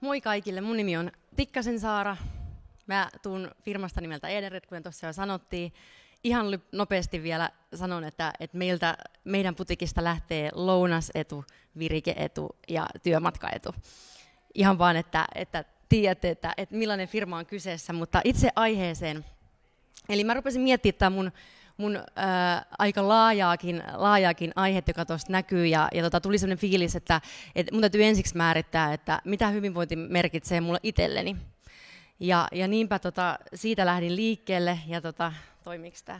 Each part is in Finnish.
Moi kaikille, mun nimi on Tikkasen Saara. Mä tuun firmasta nimeltä Edenred, kuten tuossa jo sanottiin. Ihan nopeasti vielä sanon, että meidän putikista lähtee lounasetu, virikeetu ja työmatkaetu. Ihan vaan, että tiedätte, että millainen firma on kyseessä, mutta itse aiheeseen. Eli mä rupesin miettimään tämän mun aika laajaakin aihetta, joka tuosta näkyy, ja tuli sellainen fiilis, että mun täytyy ensiksi määrittää, että mitä hyvinvointi merkitsee mulle itselleni. Ja niinpä siitä lähdin liikkeelle, ja toimiiko tämä?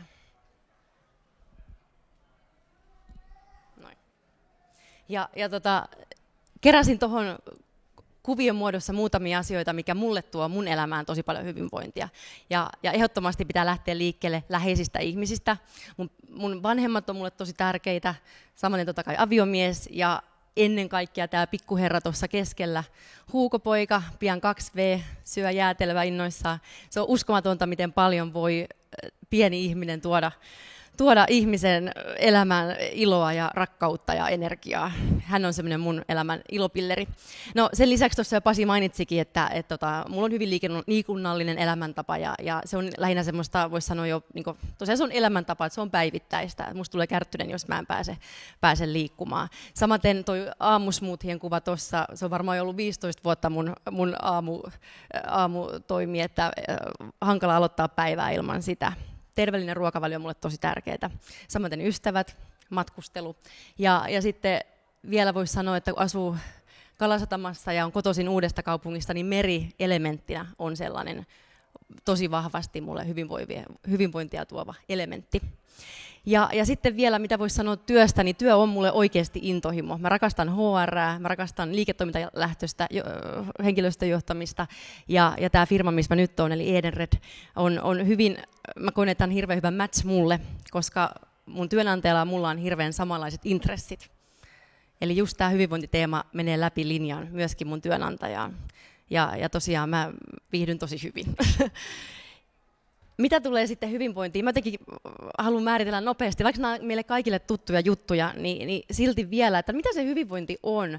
Noin. Ja keräsin tuohon kuvion muodossa muutamia asioita, mikä mulle tuo mun elämään tosi paljon hyvinvointia. Ja ehdottomasti pitää lähteä liikkeelle läheisistä ihmisistä. Mun vanhemmat on mulle tosi tärkeitä, samaten totta kai aviomies ja ennen kaikkea tämä pikkuherra tuossa keskellä. Huukopoika, pian 2V, syö jäätelöä innoissaan. Se on uskomatonta, miten paljon voi pieni ihminen tuoda ihmisen elämään iloa ja rakkautta ja energiaa. Hän on semmoinen mun elämän ilopilleri. No sen lisäksi tuossa Pasi mainitsikin, että mulla on hyvin liikunnallinen elämäntapa ja se on lähinnä semmoista, voisi sanoa jo, niin kuin, tosiaan se on elämäntapa, että se on päivittäistä. Musta tulee kärttyinen, jos mä en pääse liikkumaan. Samaten toi aamusmoothien kuva tuossa, se on varmaan ollut 15 vuotta mun aamu toimi, että hankala aloittaa päivää ilman sitä. Terveellinen ruokavalio on mulle tosi tärkeää. Samaten ystävät, matkustelu. Ja sitten vielä voisi sanoa, että kun asuu Kalasatamassa ja on kotoisin Uudesta kaupungista, niin meri elementtinä on sellainen tosi vahvasti mulle hyvinvointia tuova elementti. Ja sitten vielä, mitä voisi sanoa työstä, niin työ on mulle oikeasti intohimo. Mä rakastan HR:ää, mä rakastan liiketoimintalähtöistä henkilöstöjohtamista, ja tämä firma, missä mä nyt olen, eli Edenred, on hyvin, mä koen, että on hirveän hyvä match mulle, koska mun työnantajalla ja mulla on hirveän samanlaiset intressit. Eli just tämä hyvinvointiteema menee läpi linjan myöskin mun työnantajaan, ja tosiaan mä viihdyn tosi hyvin. Mitä tulee sitten hyvinvointiin? Mä jotenkin haluan määritellä nopeasti, vaikka nämä on meille kaikille tuttuja juttuja, niin silti vielä, että mitä se hyvinvointi on.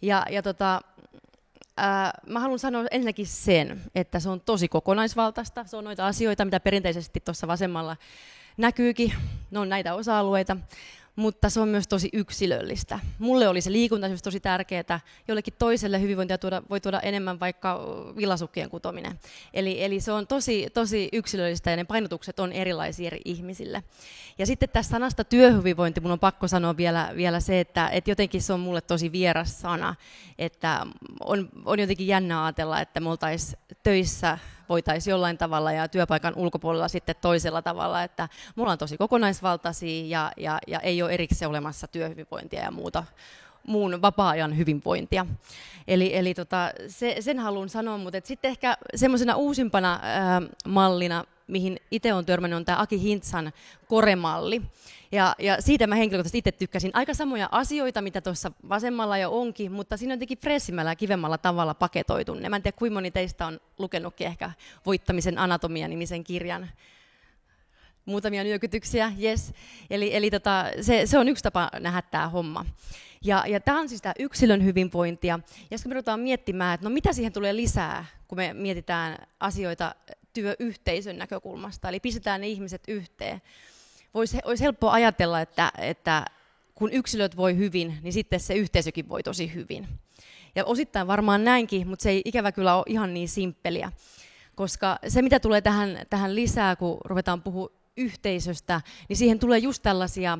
Mä haluan sanoa ensinnäkin sen, että se on tosi kokonaisvaltaista. Se on noita asioita, mitä perinteisesti tuossa vasemmalla näkyykin. Ne on näitä osa-alueita. Mutta se on myös tosi yksilöllistä. Mulle oli se liikunta tosi tärkeää, jollekin toiselle hyvinvointia voi tuoda enemmän vaikka villasukkien kutominen. Eli se on tosi yksilöllistä ja ne painotukset on erilaisia eri ihmisille. Ja sitten tästä sanasta työhyvinvointi, mun on pakko sanoa vielä se, että jotenkin se on mulle tosi vieras sana. Että on jotenkin jännä ajatella, että me oltaisiin töissä, voitaisiin jollain tavalla ja työpaikan ulkopuolella sitten toisella tavalla, että me ollaan tosi kokonaisvaltaisia ja ei ole erikseen olemassa työhyvinvointia ja muun vapaa-ajan hyvinvointia. Eli sen haluan sanoa, mutta sitten ehkä semmoisena uusimpana mallina, mihin itse olen törmännyt, on tämä Aki Hintsan koremalli. Ja siitä mä henkilökohtaisesti itse tykkäsin. Aika samoja asioita, mitä tuossa vasemmalla jo onkin, mutta siinä on jotenkin freessimällä ja kivemmalla tavalla paketoitu. Mä en tiedä, kuinka moni teistä on lukenutkin ehkä Voittamisen anatomia-nimisen kirjan. Muutamia nyökytyksiä, yes. Eli se on yksi tapa nähdä tämä homma. Ja tämä on siis tämä yksilön hyvinvointia. Ja sitten me ruvetaan miettimään, että no mitä siihen tulee lisää, kun me mietitään asioita työyhteisön näkökulmasta. Eli pistetään ne ihmiset yhteen. Olisi helppoa ajatella, että kun yksilöt voi hyvin, niin sitten se yhteisökin voi tosi hyvin. Ja osittain varmaan näinkin, mutta se ei ikävä kyllä ole ihan niin simppeliä. Koska se, mitä tulee tähän lisää, kun ruvetaan puhumaan yhteisöstä, niin siihen tulee just tällaisia,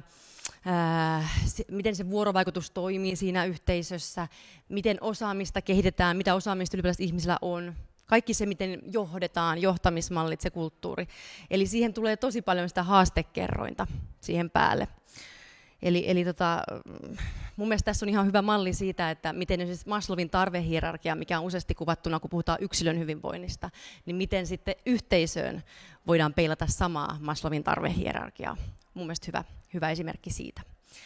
miten se vuorovaikutus toimii siinä yhteisössä, miten osaamista kehitetään, mitä osaamista ylipäätään ihmisillä on. Kaikki se, miten johdetaan, johtamismallit, se kulttuuri. Eli siihen tulee tosi paljon sitä haastekerrointa siihen päälle. Eli mun mielestä tässä on ihan hyvä malli siitä, että miten esimerkiksi Maslowin tarvehierarkia, mikä on useasti kuvattuna, kun puhutaan yksilön hyvinvoinnista, niin miten sitten yhteisöön voidaan peilata samaa Maslowin tarvehierarkiaa. Mun mielestä hyvä esimerkki siitä.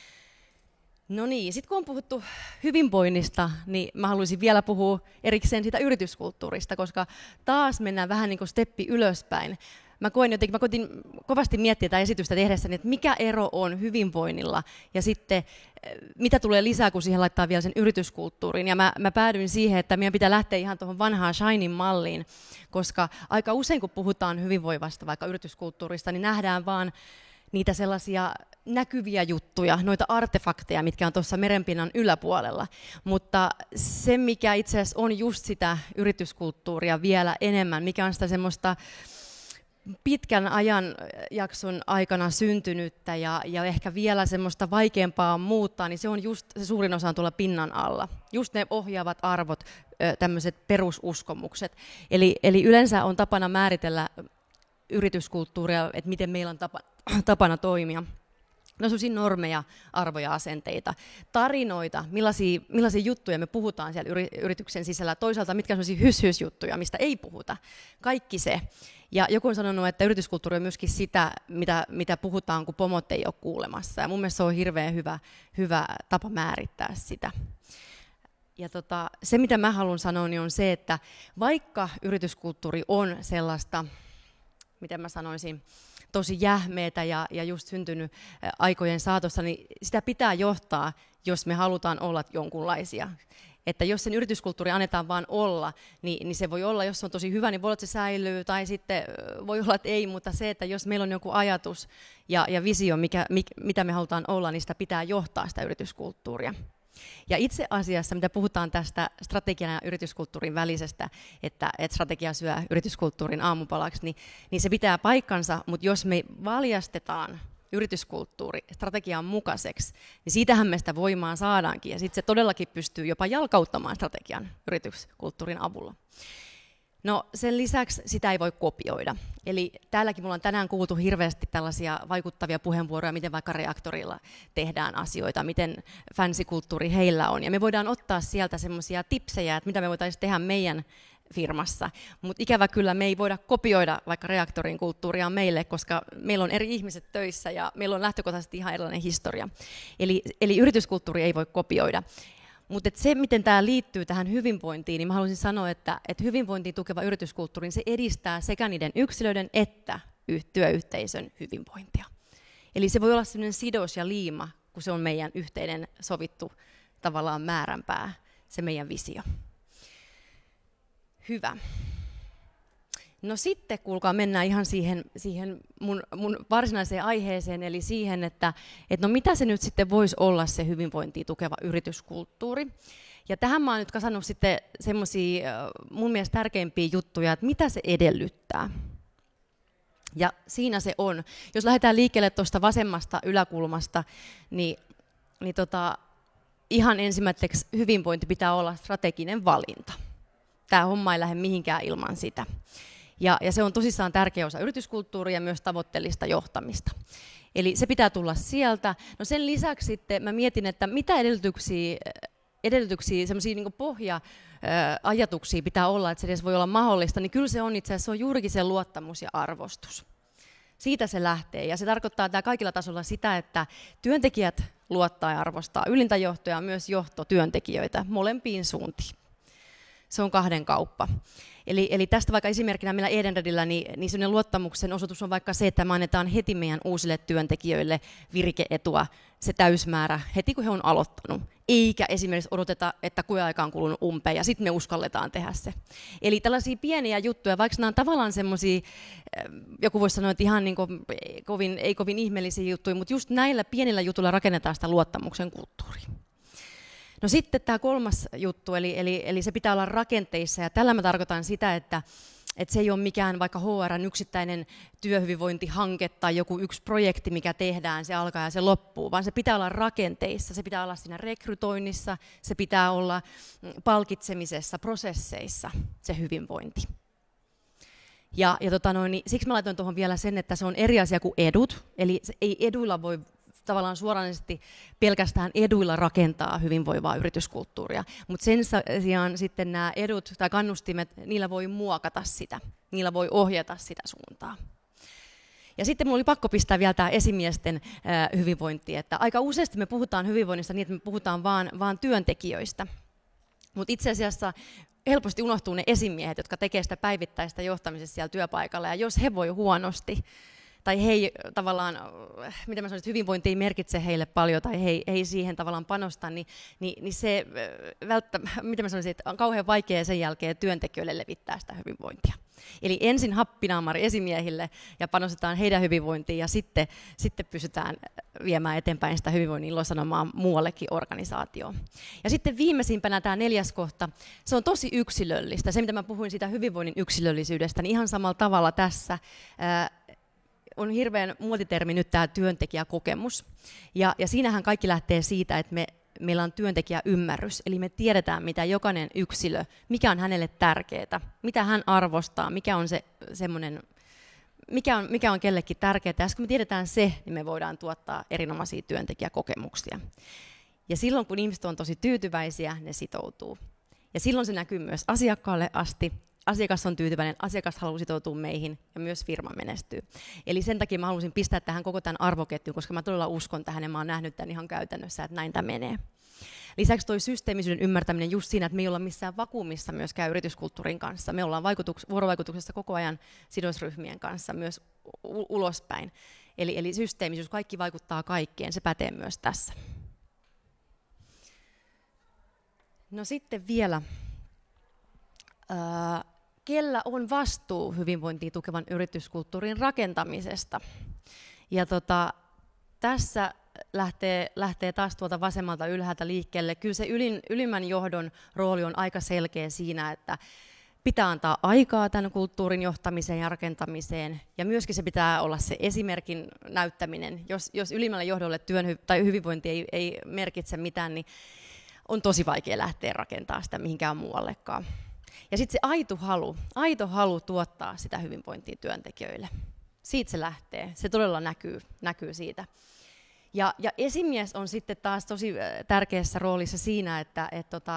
No niin, sitten kun on puhuttu hyvinvoinnista, niin mä haluaisin vielä puhua erikseen siitä yrityskulttuurista, koska taas mennään vähän niin kuin steppi ylöspäin. mä koitin kovasti miettiä tätä esitystä tehdessäni, että mikä ero on hyvinvoinnilla ja sitten mitä tulee lisää, kun siihen laittaa vielä sen yrityskulttuuriin. Ja mä päädyin siihen, että meidän pitää lähteä ihan tuohon vanhaan Shinin malliin, koska aika usein kun puhutaan hyvinvoivasta vaikka yrityskulttuurista, niin nähdään vaan niitä sellaisia näkyviä juttuja, noita artefakteja, mitkä on tuossa merenpinnan yläpuolella. Mutta se, mikä itse asiassa on just sitä yrityskulttuuria vielä enemmän, mikä on sitä semmoista pitkän ajanjakson aikana syntynyttä ja ehkä vielä semmoista vaikeampaa muuttaa, niin se on just se suurin osa on tuolla pinnan alla. Just ne ohjaavat arvot, tämmöiset perususkomukset. Eli yleensä on tapana määritellä yrityskulttuuria, että miten meillä on tapana toimia. No sellaisia normeja, arvoja, asenteita, tarinoita, millaisia juttuja me puhutaan siellä yrityksen sisällä, toisaalta mitkä on sellaisia hys-hys-juttuja, mistä ei puhuta, kaikki se. Ja joku on sanonut, että yrityskulttuuri on myöskin sitä, mitä puhutaan, kun pomot ei ole kuulemassa, ja mun mielestä se on hirveän hyvä tapa määrittää sitä. Ja se, mitä mä haluan sanoa, niin on se, että vaikka yrityskulttuuri on sellaista, miten mä sanoisin, tosi jähmeetä ja just syntynyt aikojen saatossa, niin sitä pitää johtaa, jos me halutaan olla jonkunlaisia. Että jos sen yrityskulttuuri annetaan vaan olla, niin se voi olla, jos se on tosi hyvä, niin voi olla, että se säilyy, tai sitten voi olla, että ei, mutta se, että jos meillä on joku ajatus ja visio, mitä me halutaan olla, niin sitä pitää johtaa sitä yrityskulttuuria. Ja itse asiassa, mitä puhutaan tästä strategian ja yrityskulttuurin välisestä, että strategia syö yrityskulttuurin aamupalaksi, niin se pitää paikkansa, mutta jos me valjastetaan yrityskulttuuri strategian mukaiseksi, niin siitähän me sitä voimaa saadaankin, ja sitten se todellakin pystyy jopa jalkauttamaan strategian yrityskulttuurin avulla. No sen lisäksi sitä ei voi kopioida. Eli täälläkin mulla on tänään kuultu hirveästi tällaisia vaikuttavia puheenvuoroja, miten vaikka Reaktorilla tehdään asioita, miten fancy-kulttuuri heillä on. Ja me voidaan ottaa sieltä semmoisia tipsejä, että mitä me voitaisiin tehdä meidän firmassa. Mutta ikävä kyllä me ei voida kopioida vaikka Reaktorin kulttuuria meille, koska meillä on eri ihmiset töissä ja meillä on lähtökohtaisesti ihan erilainen historia. Eli yrityskulttuuri ei voi kopioida. Mutta se, miten tämä liittyy tähän hyvinvointiin, niin mä haluaisin sanoa, että hyvinvointiin tukeva yrityskulttuuri, se edistää sekä niiden yksilöiden että työyhteisön hyvinvointia. Eli se voi olla sellainen sidos ja liima, kun se on meidän yhteinen sovittu tavallaan määränpää, se meidän visio. Hyvä. No sitten, kuulkaa, mennään ihan siihen mun varsinaiseen aiheeseen, eli siihen, että no mitä se nyt sitten voisi olla se hyvinvointia tukeva yrityskulttuuri. Ja tähän mä oon nyt kasannut sitten semmoisia mun mielestä tärkeimpiä juttuja, että mitä se edellyttää. Ja siinä se on. Jos lähdetään liikkeelle tuosta vasemmasta yläkulmasta, niin ihan ensimmäiseksi hyvinvointi pitää olla strateginen valinta. Tämä homma ei lähde mihinkään ilman sitä. Ja se on tosissaan tärkeä osa yrityskulttuuria ja myös tavoitteellista johtamista. Eli se pitää tulla sieltä. No sen lisäksi sitten mä mietin, että mitä edellytyksiä semmoisia niin pohja-ajatuksia pitää olla, että se edes voi olla mahdollista, niin kyllä se on itse asiassa, se on juurikin se luottamus ja arvostus. Siitä se lähtee, ja se tarkoittaa tämä kaikilla tasolla sitä, että työntekijät luottaa ja arvostaa ylintä johtoa ja myös johto työntekijöitä molempiin suuntiin. Se on kahden kauppa. Eli tästä vaikka esimerkkinä meillä Edenredillä, niin sellainen luottamuksen osoitus on vaikka se, että me annetaan heti meidän uusille työntekijöille virike-etua, se täysmäärä, heti kun he on aloittanut. Eikä esimerkiksi odoteta, että koeaika on kulunut umpeen ja sitten me uskalletaan tehdä se. Eli tällaisia pieniä juttuja, vaikka nämä on tavallaan semmoisia, joku voisi sanoa, että ihan niin kuin ei kovin ihmeellisiä juttuja, mutta just näillä pienillä jutuilla rakennetaan sitä luottamuksen kulttuuria. No sitten tämä kolmas juttu, eli se pitää olla rakenteissa, ja tällä mä tarkoitan sitä, että se ei ole mikään vaikka HR:n yksittäinen työhyvinvointihanke tai joku yksi projekti, mikä tehdään, se alkaa ja se loppuu, vaan se pitää olla rakenteissa, se pitää olla siinä rekrytoinnissa, se pitää olla palkitsemisessa, prosesseissa, se hyvinvointi. Niin siksi mä laitoin tuohon vielä sen, että se on eri asia kuin edut, eli ei eduilla voi tavallaan suoranaisesti pelkästään eduilla rakentaa hyvinvoivaa yrityskulttuuria, mutta sen sijaan sitten nämä edut tai kannustimet, niillä voi muokata sitä, niillä voi ohjata sitä suuntaa. Ja sitten minulla oli pakko pistää vielä tämä esimiesten hyvinvointi, että aika useasti me puhutaan hyvinvoinnista niin, että me puhutaan vaan työntekijöistä, mutta itse asiassa helposti unohtuu ne esimiehet, jotka tekevät sitä päivittäistä johtamisessa siellä työpaikalla, ja jos he voi huonosti, tai he tavallaan, mitä mä sanoisin, että hyvinvointi ei merkitse heille paljon, tai he ei siihen tavallaan panosta, niin se mitä mä sanoisin, että on kauhean vaikea sen jälkeen työntekijöille levittää sitä hyvinvointia. Eli ensin happinaamari esimiehille ja panostetaan heidän hyvinvointiin, ja sitten pystytään viemään eteenpäin sitä hyvinvoinnin ilosanomaa muuallekin organisaatioon. Ja sitten viimeisimpänä tämä 4. kohta, se on tosi yksilöllistä. Se, mitä mä puhuin siitä hyvinvoinnin yksilöllisyydestä, niin ihan samalla tavalla tässä on hirveän muotitermi nyt tämä työntekijäkokemus. Ja siinähän kaikki lähtee siitä, että meillä on työntekijäymmärrys, eli me tiedetään, mitä jokainen yksilö, mikä on hänelle tärkeää, mitä hän arvostaa, mikä on se semmoinen, mikä on kellekin tärkeää. Ja kun me tiedetään se, niin me voidaan tuottaa erinomaisia työntekijäkokemuksia. Ja silloin, kun ihmiset on tosi tyytyväisiä, ne sitoutuu. Ja silloin se näkyy myös asiakkaalle asti. Asiakas on tyytyväinen, asiakas haluaa sitoutua meihin ja myös firma menestyy. Eli sen takia mä halusin pistää tähän koko tämän arvoketjun, koska mä todella uskon tähän ja mä oon nähnyt tämän ihan käytännössä, että näin tämä menee. Lisäksi toi systeemisyyden ymmärtäminen just siinä, että me ei olla missään vakuumissa myöskään yrityskulttuurin kanssa. Me ollaan vuorovaikutuksessa koko ajan sidosryhmien kanssa myös ulospäin. Eli systeemisyys, kaikki vaikuttaa kaikkeen, se pätee myös tässä. No sitten vielä, kellä on vastuu hyvinvointia tukevan yrityskulttuurin rakentamisesta? Ja tässä lähtee taas tuolta vasemmalta ylhäältä liikkeelle. Kyllä se ylimmän johdon rooli on aika selkeä siinä, että pitää antaa aikaa tämän kulttuurin johtamiseen ja rakentamiseen, ja myöskin se pitää olla se esimerkin näyttäminen. Jos ylimmälle johdolle tai hyvinvointi ei merkitse mitään, niin on tosi vaikea lähteä rakentamaan sitä mihinkään muuallekaan. Ja sitten se aito halu tuottaa sitä hyvinvointia työntekijöille. Siitä se lähtee, se todella näkyy siitä. Ja esimies on sitten taas tosi tärkeässä roolissa siinä, että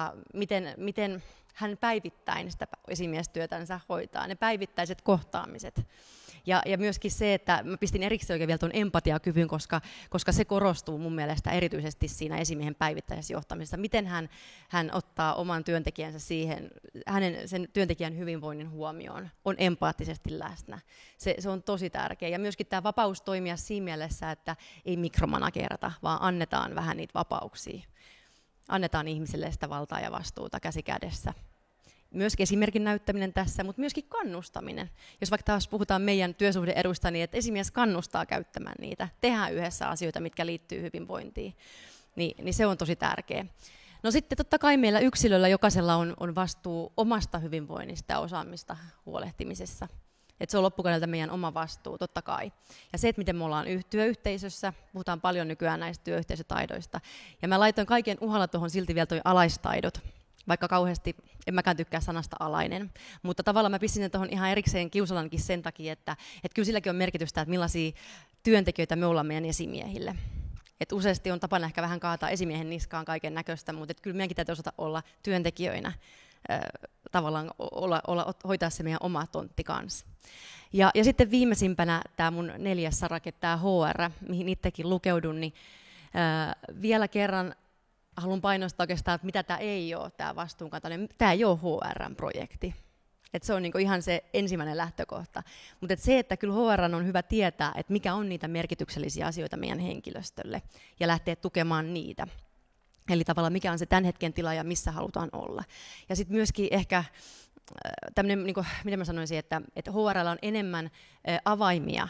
miten hän päivittäin sitä esimiestyötänsä hoitaa, ne päivittäiset kohtaamiset. Ja myöskin se, että mä pistin erikseen oikein vielä tuon empatiakyvyn, koska se korostuu mun mielestä erityisesti siinä esimiehen päivittäisessä johtamisessa. Miten hän ottaa oman työntekijänsä siihen, sen työntekijän hyvinvoinnin huomioon, on empaattisesti läsnä. Se on tosi tärkeä. Ja myöskin tämä vapaus toimia siinä mielessä, että ei mikromanagerata, vaan annetaan vähän niitä vapauksia. Annetaan ihmisille sitä valtaa ja vastuuta käsi kädessä. Myöskin esimerkin näyttäminen tässä, mutta myöskin kannustaminen. Jos vaikka taas puhutaan meidän työsuhde-edusta, niin että esimies kannustaa käyttämään niitä, tehdään yhdessä asioita, mitkä liittyy hyvinvointiin, niin se on tosi tärkeä. No sitten totta kai meillä yksilöllä jokaisella on vastuu omasta hyvinvoinnista ja osaamista huolehtimisessa. Että se on loppukädeltä meidän oma vastuu, totta kai. Ja se, että miten me ollaan työyhteisössä, puhutaan paljon nykyään näistä työyhteisötaidoista. Ja mä laitoin kaiken uhalla tuohon silti vielä toi alaistaidot. Vaikka kauheasti, en mäkään tykkää sanasta alainen, mutta tavallaan mä pistin sen tuohon ihan erikseen kiusalankin sen takia, että kyllä silläkin on merkitystä, että millaisia työntekijöitä me ollaan meidän esimiehille. Et useasti on tapana ehkä vähän kaataa esimiehen niskaan kaiken näköistä, mutta kyllä meidänkin täytyy osata olla työntekijöinä, tavallaan hoitaa se meidän oma tontti kanssa. Ja sitten viimeisimpänä tämä mun 4. sarake, tämä HR, mihin itsekin lukeudun, niin vielä kerran haluan painostaa oikeastaan, että mitä tämä ei ole, tämä vastuunkantaminen. Tämä ei ole HR:n-projekti. Et se on niinku ihan se ensimmäinen lähtökohta. Mutta se, että kyllä HR:n on hyvä tietää, että mikä on niitä merkityksellisiä asioita meidän henkilöstölle, ja lähteä tukemaan niitä. Eli tavallaan mikä on se tämän hetken tila ja missä halutaan olla. Ja sitten myöskin ehkä tämmöinen, niinku, miten mä sanoisin, että HR:llä on enemmän avaimia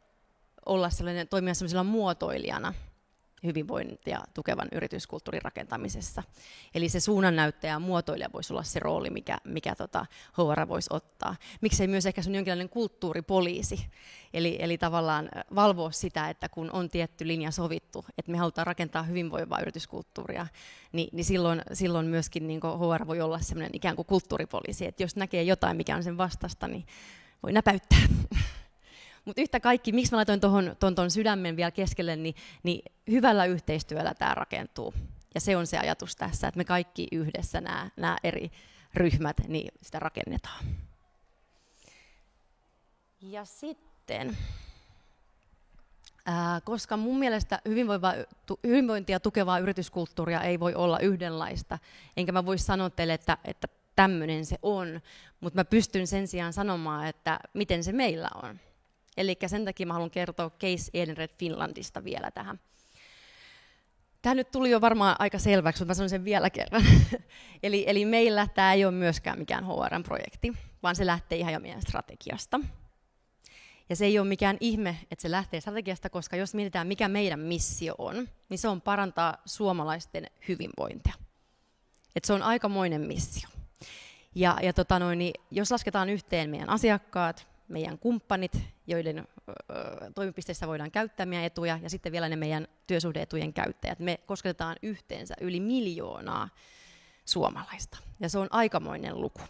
toimia sellaisella muotoilijana hyvinvointia tukevan yrityskulttuurin rakentamisessa. Eli se suunnannäyttäjä ja muotoilija voisi olla se rooli, mikä HR voisi ottaa. Miksei myös ehkä se on jonkinlainen kulttuuripoliisi, eli tavallaan valvoa sitä, että kun on tietty linja sovittu, että me halutaan rakentaa hyvinvoivaa yrityskulttuuria, niin silloin myöskin niin HR voi olla sellainen ikään kuin kulttuuripoliisi, että jos näkee jotain, mikä on sen vastasta, niin voi näpäyttää. Mutta yhtä kaikki, miksi mä laitoin tuon sydämen vielä keskelle, niin hyvällä yhteistyöllä tämä rakentuu. Ja se on se ajatus tässä, että me kaikki yhdessä nämä eri ryhmät, niin sitä rakennetaan. Ja sitten, koska mun mielestä hyvinvointia tukevaa yrityskulttuuria ei voi olla yhdenlaista, enkä mä voi sanoa teille, että tämmöinen se on, mutta mä pystyn sen sijaan sanomaan, että miten se meillä on. Eli sen takia mä haluan kertoa Case Edenred Finlandista vielä tähän. Tämä nyt tuli jo varmaan aika selväksi, mutta mä sanon sen vielä kerran. eli meillä tämä ei ole myöskään mikään HRM-projekti, vaan se lähtee ihan jo meidän strategiasta. Ja se ei ole mikään ihme, että se lähtee strategiasta, koska jos mietitään, mikä meidän missio on, niin se on parantaa suomalaisten hyvinvointia. Et se on aikamoinen missio. Jos lasketaan yhteen meidän asiakkaat, meidän kumppanit, joiden toimipisteissä voidaan käyttää meidän etuja, ja sitten vielä ne meidän työsuhde-etujen käyttäjät. Me kosketetaan yhteensä yli 1 miljoonaa suomalaista, ja se on aikamoinen luku.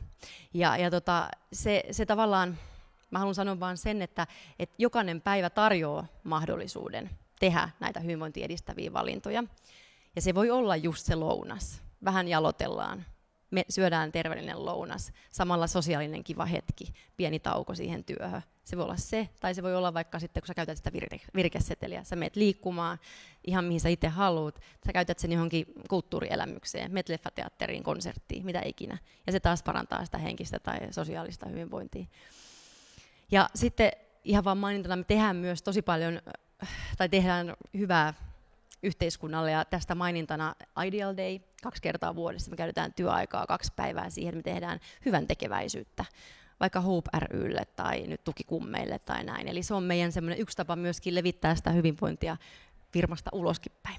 Se tavallaan, mä haluan sanoa vaan sen, että jokainen päivä tarjoaa mahdollisuuden tehdä näitä hyvinvointia edistäviä valintoja, ja se voi olla just se lounas. Vähän jalotellaan. Me syödään terveellinen lounas, samalla sosiaalinen kiva hetki, pieni tauko siihen työhön. Se voi olla se, tai se voi olla vaikka sitten, kun sä käytät sitä virikeseteliä. Sä meet liikkumaan ihan mihin sä itse haluat. Sä käytät sen johonkin kulttuurielämykseen, meet leffateatteriin, konserttiin, mitä ikinä. Ja se taas parantaa sitä henkistä tai sosiaalista hyvinvointia. Ja sitten ihan vaan mainintana me tehdään myös tosi paljon, tai tehdään hyvää yhteiskunnalle, ja tästä mainintana Ideal Day, 2 kertaa vuodessa. Me käytetään työaikaa 2 päivää siihen, että me tehdään hyvän tekeväisyyttä, vaikka Hope ry:lle tai nyt Tukikummeille tai näin. Eli se on meidän semmoinen yksi tapa myöskin levittää sitä hyvinvointia firmasta uloskin päin.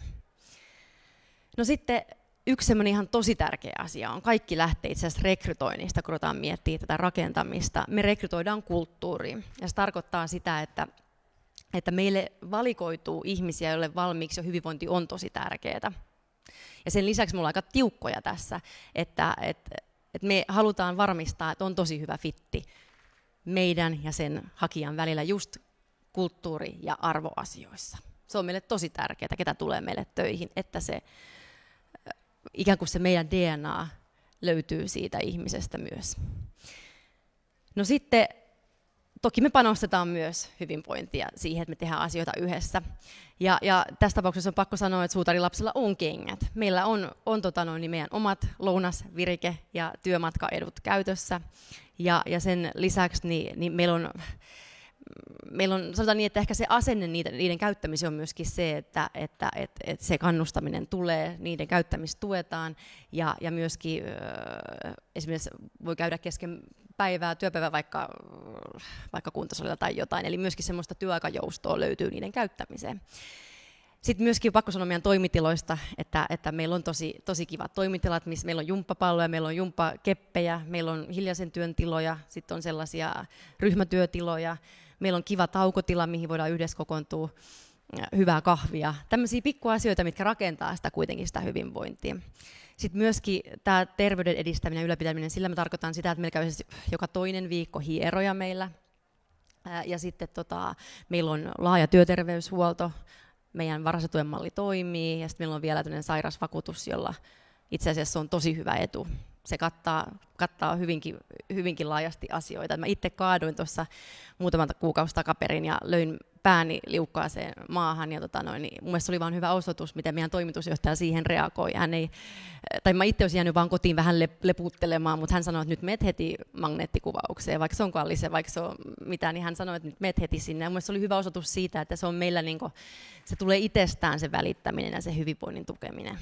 No sitten yksi semmoinen ihan tosi tärkeä asia on, kaikki lähtee itse asiassa rekrytoinnista, kun ruvetaan miettimään tätä rakentamista. Me rekrytoidaan kulttuuriin, ja se tarkoittaa sitä, että meille valikoituu ihmisiä, joille valmiiksi jo hyvinvointi on tosi tärkeää. Ja sen lisäksi me ollaan aika tiukkoja tässä, että me halutaan varmistaa, että on tosi hyvä fitti meidän ja sen hakijan välillä just kulttuuri- ja arvoasioissa. Se on meille tosi tärkeää, ketä tulee meille töihin, että se ikään kuin se meidän DNA löytyy siitä ihmisestä myös. No sitten toki me panostetaan myös hyvinvointia siihen, että me tehdään asioita yhdessä. Ja tässä tapauksessa on pakko sanoa, että suutarilapsella on kengät. Meillä on meidän omat lounas-, virike- ja työmatkaedut käytössä. Ja sen lisäksi niin meillä on, sanotaan niin, että ehkä se asenne niiden käyttämiseen on myöskin se, että se kannustaminen tulee, niiden käyttämistä tuetaan. Ja myöskin esimerkiksi voi käydä kesken työpäivää vaikka kuntosalilla tai jotain, eli myöskin semmoista työaikajoustoa löytyy niiden käyttämiseen. Sitten myöskin pakko sanoa meidän toimitiloista, että meillä on tosi kivat toimitilat, missä meillä on jumppapalloja, meillä on jumppakeppejä, meillä on hiljaisen työn tiloja, sitten on sellaisia ryhmätyötiloja, meillä on kiva taukotila, mihin voidaan yhdessä kokoontua, hyvää kahvia, tämmöisiä pikkuasioita, mitkä rakentaa sitä kuitenkin sitä hyvinvointia. Sitten myöskin tämä terveyden edistäminen ja ylläpitäminen, sillä me tarkoitan sitä, että meillä käy joka toinen viikko hieroja meillä. Ja sitten meillä on laaja työterveyshuolto, meidän varhaisen malli toimii, ja sitten meillä on vielä tämmöinen sairausvakuutus, jolla itse asiassa on tosi hyvä etu. Se kattaa hyvinkin laajasti asioita. Mä itse kaaduin tuossa muutaman kuukausi takaperin ja löin pääni liukkaaseen maahan. Ja mun mielestä se oli vaan hyvä osoitus, miten meidän toimitusjohtaja siihen reagoi. Mä itse olisin jäänyt vaan kotiin vähän leputtelemaan, mutta hän sanoi, että nyt meet heti magneettikuvaukseen, vaikka se on kallise, vaikka se on mitään, niin hän sanoi, että nyt meet heti sinne. Ja mun mielestä se oli hyvä osoitus siitä, että se on meillä, se tulee itsestään se välittäminen ja se hyvinvoinnin tukeminen.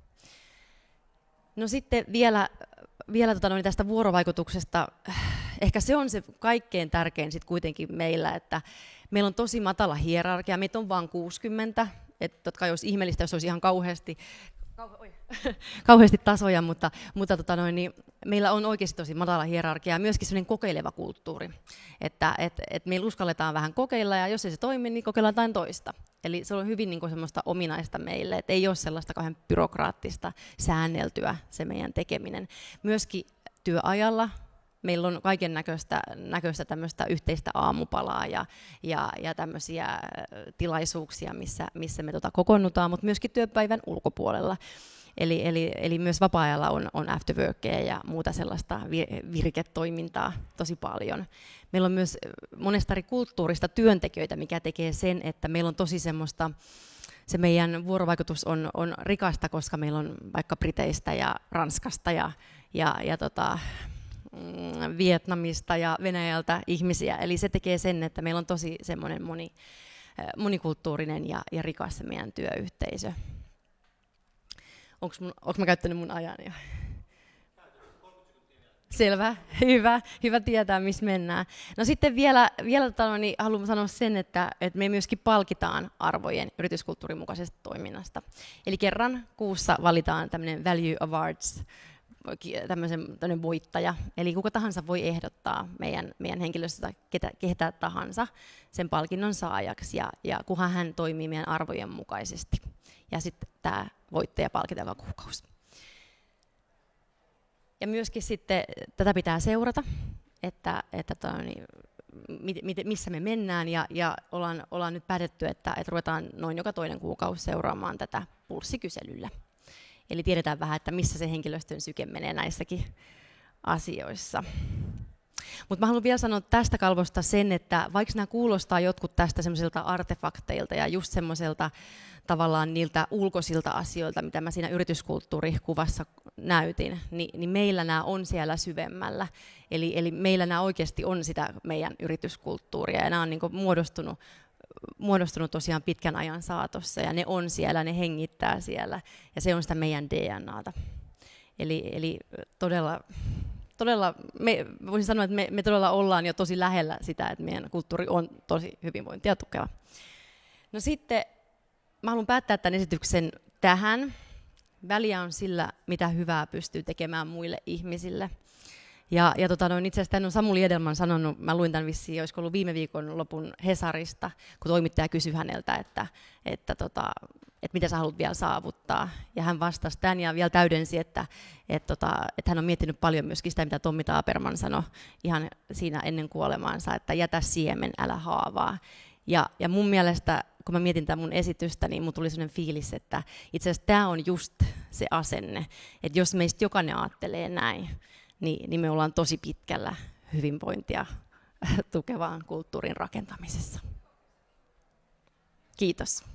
No sitten vielä tästä vuorovaikutuksesta, ehkä se on se kaikkein tärkein sit kuitenkin meillä, että meillä on tosi matala hierarkia, meitä on vain 60, jotka olisi ihmeellistä, jos olisi ihan kauheasti tasoja, mutta meillä on oikeasti tosi matala hierarkia ja myöskin sellainen kokeileva kulttuuri, että meillä uskalletaan vähän kokeilla ja jos ei se toimi, niin kokeillaan jotain toista. Eli se on hyvin semmoista ominaista meille, että ei ole sellaista kauhean byrokraattista säänneltyä se meidän tekeminen. Myöskin työajalla meillä on kaiken näköistä tämmöistä yhteistä aamupalaa ja tämmöisiä tilaisuuksia, missä me kokoonnutaan, mutta myöskin työpäivän ulkopuolella. Eli myös vapaa-ajalla on afterworkia ja muuta sellaista virketoimintaa tosi paljon. Meillä on myös monesta eri kulttuurista työntekijöitä, mikä tekee sen, että meillä on tosi semmoista, se meidän vuorovaikutus on rikasta, koska meillä on vaikka Briteistä ja Ranskasta Vietnamista ja Venäjältä ihmisiä. Eli se tekee sen, että meillä on tosi semmoinen monikulttuurinen ja rikas se meidän työyhteisö. Onko mä käyttänyt mun ajan jo? Selvä, hyvä tietää, missä mennään. No sitten vielä niin haluan sanoa sen, että me myöskin palkitaan arvojen yrityskulttuurin mukaisesta toiminnasta. Eli kerran kuussa valitaan tämmöinen Value Awards, tämmöinen voittaja. Eli kuka tahansa voi ehdottaa meidän henkilöstöstä ketä tahansa sen palkinnon saajaksi, ja kunhan hän toimii meidän arvojen mukaisesti. Ja sitten tämä voittaja palkitaan joka kuukausi. Ja myöskin sitten tätä pitää seurata, että missä me mennään, ja ollaan nyt päätetty, että ruvetaan noin joka toinen kuukausi seuraamaan tätä pulssikyselyllä. Eli tiedetään vähän, että missä se henkilöstön syke menee näissäkin asioissa. Mutta mä haluan vielä sanoa tästä kalvosta sen, että vaikka nämä kuulostaa jotkut tästä semmoisilta artefakteilta ja just semmoiselta tavallaan niiltä ulkoisilta asioilta, mitä mä siinä yrityskulttuurikuvassa näytin, niin meillä nämä on siellä syvemmällä. Eli meillä nämä oikeasti on sitä meidän yrityskulttuuria, ja nämä on niin kuin muodostunut tosiaan pitkän ajan saatossa, ja ne on siellä, ne hengittää siellä, ja se on sitä meidän DNAta. Eli todella voisin sanoa, että me todella ollaan jo tosi lähellä sitä, että meidän kulttuuri on tosi hyvinvointia tukeva. No sitten mä haluan päättää tämän esityksen tähän. Väliä on sillä, mitä hyvää pystyy tekemään muille ihmisille. Itse asiassa tämän on Samuli Edelman sanonut, mä luin tämän vissiin, olisiko ollut viime viikon lopun Hesarista, kun toimittaja kysyi häneltä, että mitä sä haluat vielä saavuttaa. Ja hän vastasi tämän ja vielä täydensi, että hän on miettinyt paljon myöskin sitä, mitä Tommi Taberman sanoi ihan siinä ennen kuolemaansa, että jätä siemen, älä haavaa. Ja mun mielestä, kun mä mietin tämän mun esitystä, niin mun tuli sellainen fiilis, että itse asiassa tämä on just se asenne, että jos meistä jokainen ajattelee näin, niin me ollaan tosi pitkällä hyvinvointia tukevaan kulttuurin rakentamisessa. Kiitos.